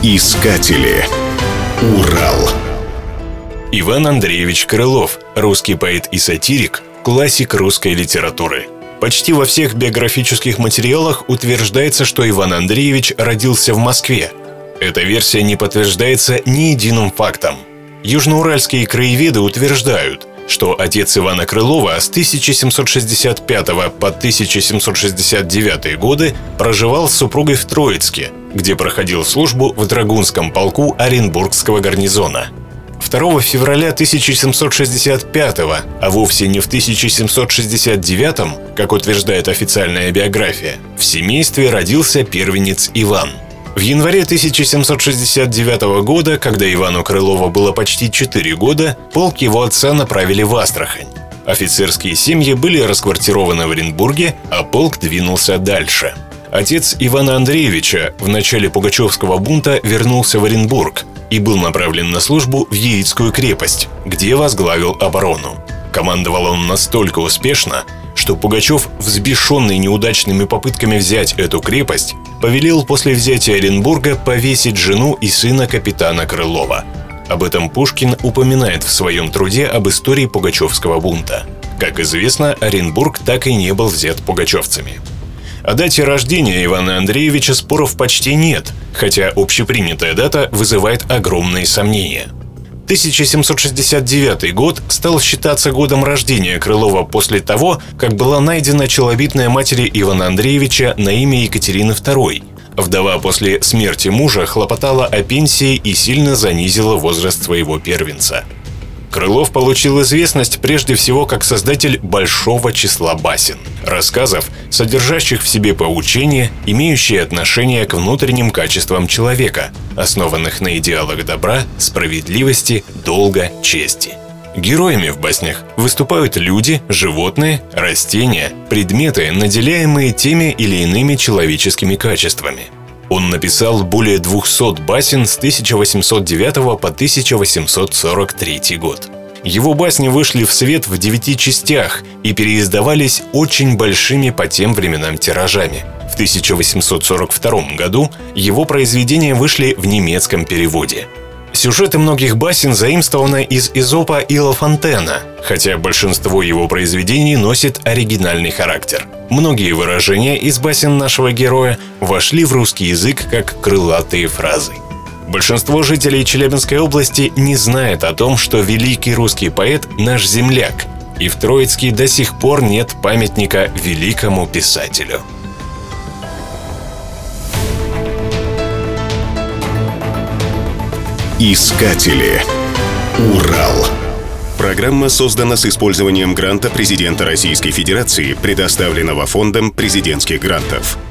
Искатели. Урал. Иван Андреевич Крылов, русский поэт и сатирик, классик русской литературы. Почти во всех биографических материалах утверждается, что Иван Андреевич родился в Москве. Эта версия не подтверждается ни единым фактом. Южноуральские краеведы утверждают, что отец Ивана Крылова с 1765 по 1769 годы проживал с супругой в Троицке, где проходил службу в Драгунском полку Оренбургского гарнизона. 2 февраля 1765, а вовсе не в 1769, как утверждает официальная биография, в семействе родился первенец Иван. В январе 1769 года, когда Ивану Крылову было почти 4 года, полк его отца направили в Астрахань. Офицерские семьи были расквартированы в Оренбурге, а полк двинулся дальше. Отец Ивана Андреевича в начале Пугачевского бунта вернулся в Оренбург и был направлен на службу в Яицкую крепость, где возглавил оборону. Командовал он настолько успешно, что Пугачев, взбешенный неудачными попытками взять эту крепость, повелел после взятия Оренбурга повесить жену и сына капитана Крылова. Об этом Пушкин упоминает в своем труде об истории Пугачевского бунта. Как известно, Оренбург так и не был взят пугачевцами. О дате рождения Ивана Андреевича споров почти нет, хотя общепринятая дата вызывает огромные сомнения. 1769 год стал считаться годом рождения Крылова после того, как была найдена челобитная матери Ивана Андреевича на имя Екатерины II. Вдова после смерти мужа хлопотала о пенсии и сильно занизила возраст своего первенца. Крылов получил известность прежде всего как создатель большого числа басен, рассказов, содержащих в себе поучения, имеющие отношение к внутренним качествам человека, основанных на идеалах добра, справедливости, долга, чести. Героями в баснях выступают люди, животные, растения, предметы, наделяемые теми или иными человеческими качествами. Он написал более 200 басен с 1809 по 1843 год. Его басни вышли в свет в 9 частях и переиздавались очень большими по тем временам тиражами. В 1842 году его произведения вышли в немецком переводе. Сюжеты многих басен заимствованы из Эзопа и Ла Фонтена, хотя большинство его произведений носит оригинальный характер. Многие выражения из басен нашего героя вошли в русский язык как крылатые фразы. Большинство жителей Челябинской области не знает о том, что великий русский поэт – наш земляк, и в Троицке до сих пор нет памятника великому писателю. Искатели. Урал. Программа создана с использованием гранта президента Российской Федерации, предоставленного Фондом президентских грантов.